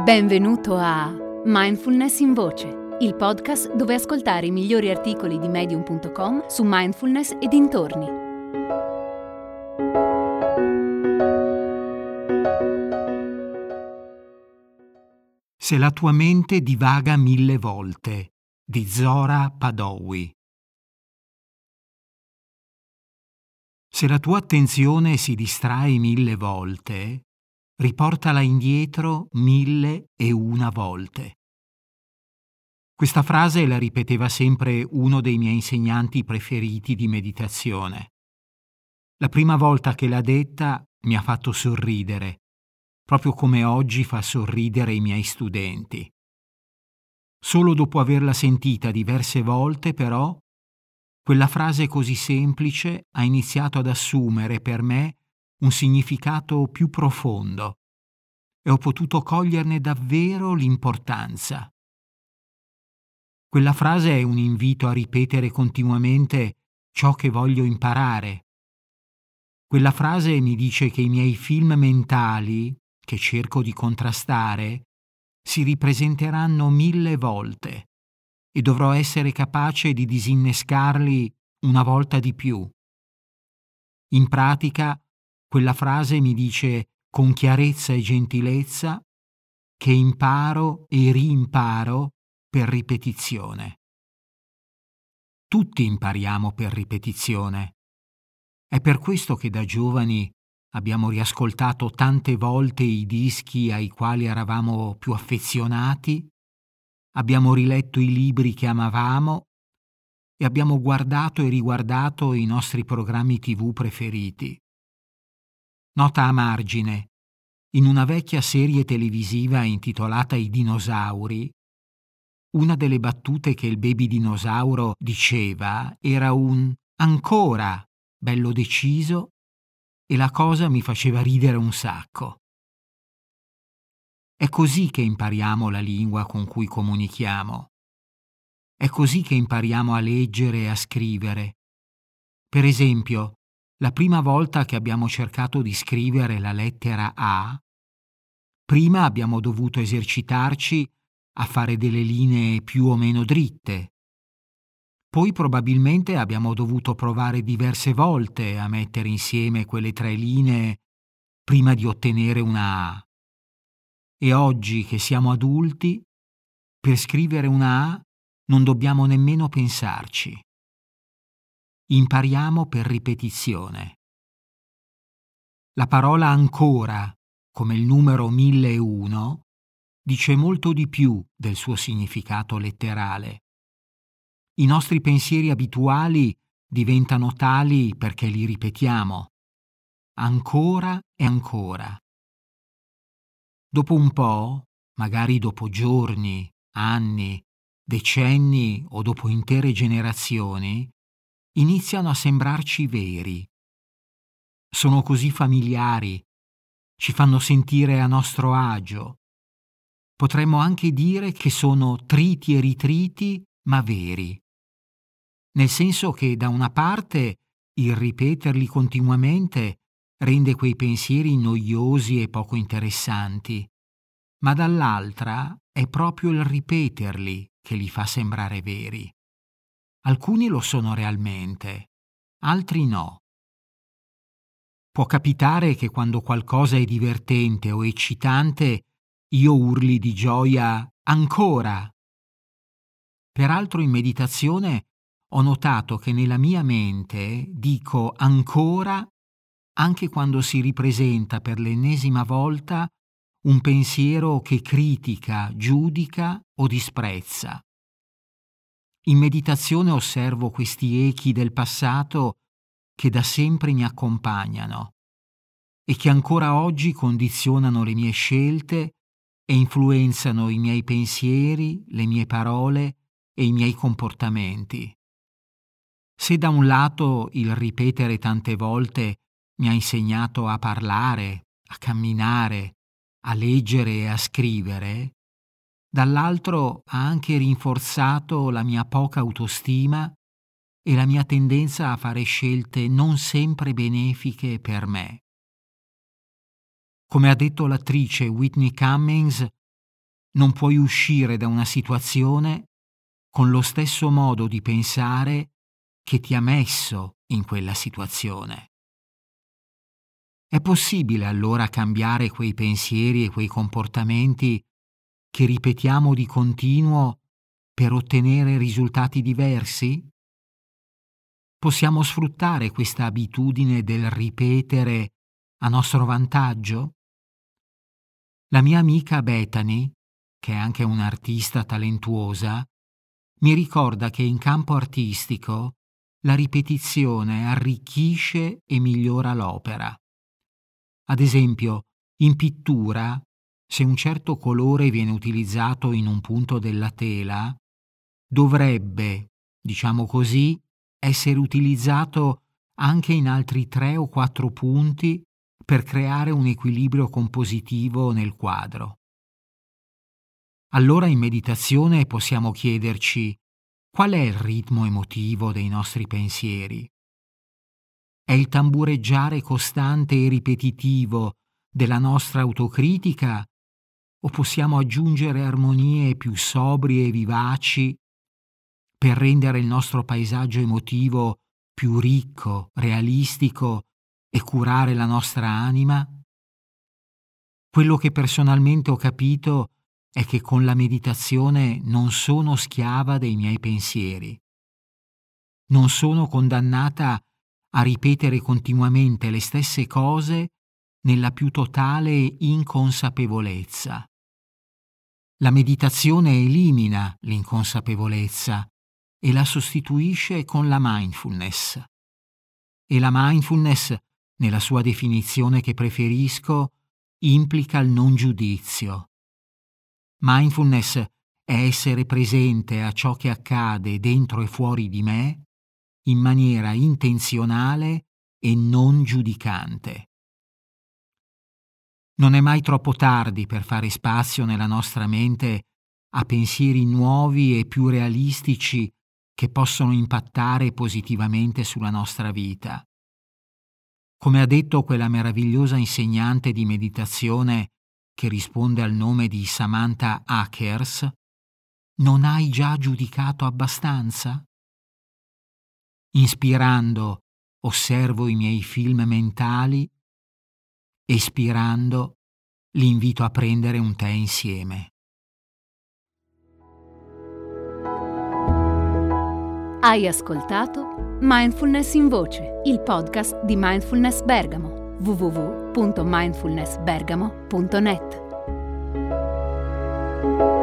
Benvenuto a Mindfulness in Voce, il podcast dove ascoltare i migliori articoli di Medium.com su mindfulness e dintorni. Se la tua mente divaga 1000 volte, di Zora Padowi. Se la tua attenzione si distrae 1000 volte, riportala indietro 1001 volte. Questa frase la ripeteva sempre uno dei miei insegnanti preferiti di meditazione. La prima volta che l'ha detta mi ha fatto sorridere, proprio come oggi fa sorridere i miei studenti. Solo dopo averla sentita diverse volte, però, quella frase così semplice ha iniziato ad assumere per me un significato più profondo e ho potuto coglierne davvero l'importanza. Quella frase è un invito a ripetere continuamente ciò che voglio imparare. Quella frase mi dice che i miei film mentali, che cerco di contrastare, si ripresenteranno 1000 volte e dovrò essere capace di disinnescarli una volta di più. In pratica, quella frase mi dice con chiarezza e gentilezza che imparo e rimparo per ripetizione. Tutti impariamo per ripetizione. È per questo che da giovani abbiamo riascoltato tante volte i dischi ai quali eravamo più affezionati, abbiamo riletto i libri che amavamo e abbiamo guardato e riguardato i nostri programmi TV preferiti. Nota a margine: in una vecchia serie televisiva intitolata I dinosauri, una delle battute che il baby dinosauro diceva era un "ancora", bello deciso, e la cosa mi faceva ridere un sacco. È così che impariamo la lingua con cui comunichiamo. È così che impariamo a leggere e a scrivere. Per esempio, la prima volta che abbiamo cercato di scrivere la lettera A, prima abbiamo dovuto esercitarci a fare delle linee più o meno dritte. Poi probabilmente abbiamo dovuto provare diverse volte a mettere insieme quelle 3 linee prima di ottenere una A. E oggi che siamo adulti, per scrivere una A non dobbiamo nemmeno pensarci. Impariamo per ripetizione. La parola ancora, come il numero 1001, dice molto di più del suo significato letterale. I nostri pensieri abituali diventano tali perché li ripetiamo. Ancora e ancora. Dopo un po', magari dopo giorni, anni, decenni o dopo intere generazioni, iniziano a sembrarci veri. Sono così familiari, ci fanno sentire a nostro agio. Potremmo anche dire che sono triti e ritriti, ma veri. Nel senso che da una parte il ripeterli continuamente rende quei pensieri noiosi e poco interessanti, ma dall'altra è proprio il ripeterli che li fa sembrare veri. Alcuni lo sono realmente, altri no. Può capitare che quando qualcosa è divertente o eccitante io urli di gioia "ancora". Peraltro in meditazione ho notato che nella mia mente dico "ancora" anche quando si ripresenta per l'ennesima volta un pensiero che critica, giudica o disprezza. In meditazione osservo questi echi del passato che da sempre mi accompagnano e che ancora oggi condizionano le mie scelte e influenzano i miei pensieri, le mie parole e i miei comportamenti. Se da un lato il ripetere tante volte mi ha insegnato a parlare, a camminare, a leggere e a scrivere, dall'altro ha anche rinforzato la mia poca autostima e la mia tendenza a fare scelte non sempre benefiche per me. Come ha detto l'attrice Whitney Cummings, non puoi uscire da una situazione con lo stesso modo di pensare che ti ha messo in quella situazione. È possibile allora cambiare quei pensieri e quei comportamenti che ripetiamo di continuo per ottenere risultati diversi? Possiamo sfruttare questa abitudine del ripetere a nostro vantaggio? La mia amica Bethany, che è anche un'artista talentuosa, mi ricorda che in campo artistico la ripetizione arricchisce e migliora l'opera. Ad esempio, in pittura, se un certo colore viene utilizzato in un punto della tela, dovrebbe, diciamo così, essere utilizzato anche in altri 3 o 4 punti per creare un equilibrio compositivo nel quadro. Allora in meditazione possiamo chiederci: qual è il ritmo emotivo dei nostri pensieri? È il tambureggiare costante e ripetitivo della nostra autocritica, o possiamo aggiungere armonie più sobrie e vivaci per rendere il nostro paesaggio emotivo più ricco, realistico e curare la nostra anima? Quello che personalmente ho capito è che con la meditazione non sono schiava dei miei pensieri. Non sono condannata a ripetere continuamente le stesse cose nella più totale inconsapevolezza. La meditazione elimina l'inconsapevolezza e la sostituisce con la mindfulness. E la mindfulness, nella sua definizione che preferisco, implica il non giudizio. Mindfulness è essere presente a ciò che accade dentro e fuori di me in maniera intenzionale e non giudicante. Non è mai troppo tardi per fare spazio nella nostra mente a pensieri nuovi e più realistici che possono impattare positivamente sulla nostra vita. Come ha detto quella meravigliosa insegnante di meditazione che risponde al nome di Samantha Akers, non hai già giudicato abbastanza? Inspirando, osservo i miei film mentali. Espirando, li invito a prendere un tè insieme. Hai ascoltato Mindfulness in Voce, il podcast di Mindfulness Bergamo, www.mindfulnessbergamo.net.